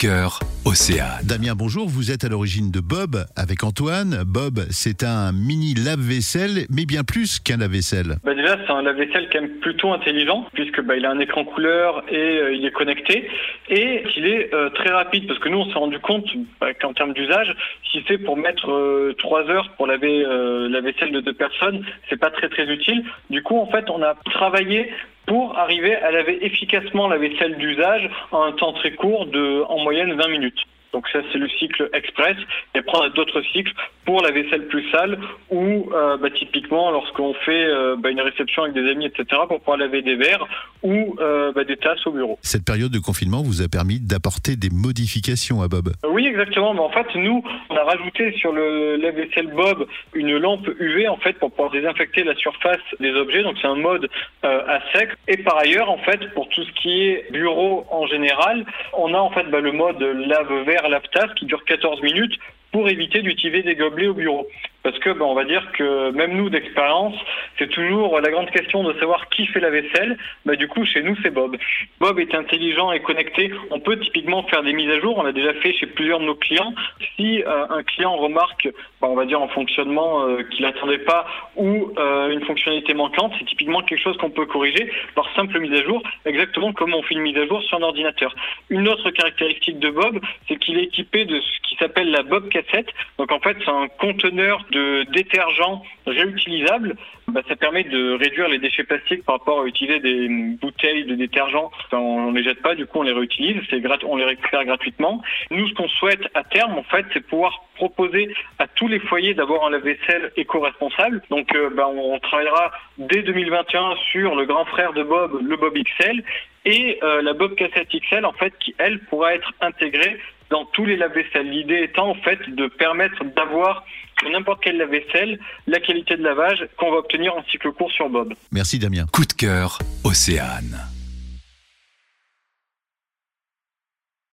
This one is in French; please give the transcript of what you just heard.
cœur, Océane. Damien, bonjour, vous êtes à l'origine de Bob avec Antoine. Bob, c'est un mini lave-vaisselle, mais bien plus qu'un lave-vaisselle. Déjà, c'est un lave-vaisselle quand même plutôt intelligent, puisque il a un écran couleur et il est connecté, et qu'il est très rapide, parce que nous, on s'est rendu compte qu'en termes d'usage, si c'est pour mettre 3 heures pour laver la vaisselle de 2 personnes, c'est pas très très utile. Du coup, en fait, on a travaillé pour arriver à laver efficacement la vaisselle d'usage en un temps très court de, en moyenne, 20 minutes. Donc ça, c'est le cycle express. Et après, on a d'autres cycles pour la vaisselle plus sale ou typiquement lorsqu'on fait une réception avec des amis, etc., pour pouvoir laver des verres ou des tasses au bureau. Cette période de confinement vous a permis d'apporter des modifications à Bob. Oui, exactement. Mais en fait, nous, on a rajouté sur le lave-vaisselle Bob une lampe UV en fait pour pouvoir désinfecter la surface des objets. Donc c'est un mode à sec. Et par ailleurs, en fait, pour tout ce qui est bureau en général, on a en fait le mode lave-verre, lave-tasse qui dure 14 minutes pour éviter d'utiliser des gobelets au bureau. Parce que on va dire que même nous d'expérience, c'est toujours la grande question de savoir qui fait la vaisselle. Du coup, chez nous, c'est Bob. Bob est intelligent et connecté. On peut typiquement faire des mises à jour. On l'a déjà fait chez plusieurs de nos clients. Si un client remarque, on va dire en fonctionnement qu'il n'attendait pas ou une fonctionnalité manquante, c'est typiquement quelque chose qu'on peut corriger par simple mise à jour, exactement comme on fait une mise à jour sur un ordinateur. Une autre caractéristique de Bob, c'est qu'il est équipé de ce qui s'appelle la Bob cassette. Donc en fait, c'est un conteneur de détergent réutilisable. Ça permet de réduire les déchets plastiques par rapport à utiliser des bouteilles de détergent. On ne les jette pas, du coup on les réutilise, on les récupère gratuitement. Nous, ce qu'on souhaite à terme, en fait, c'est pouvoir proposer à tous les foyers d'avoir un lave-vaisselle éco-responsable. Donc on travaillera dès 2021 sur le grand frère de Bob, le Bob XL, et la Bob cassette XL, en fait, qui elle pourra être intégrée dans tous les lave-vaisselle. L'idée étant en fait de permettre d'avoir sur n'importe quel lave-vaisselle la qualité de lavage qu'on va obtenir en cycle court sur Bob. Merci Damien. Coup de cœur, Océane.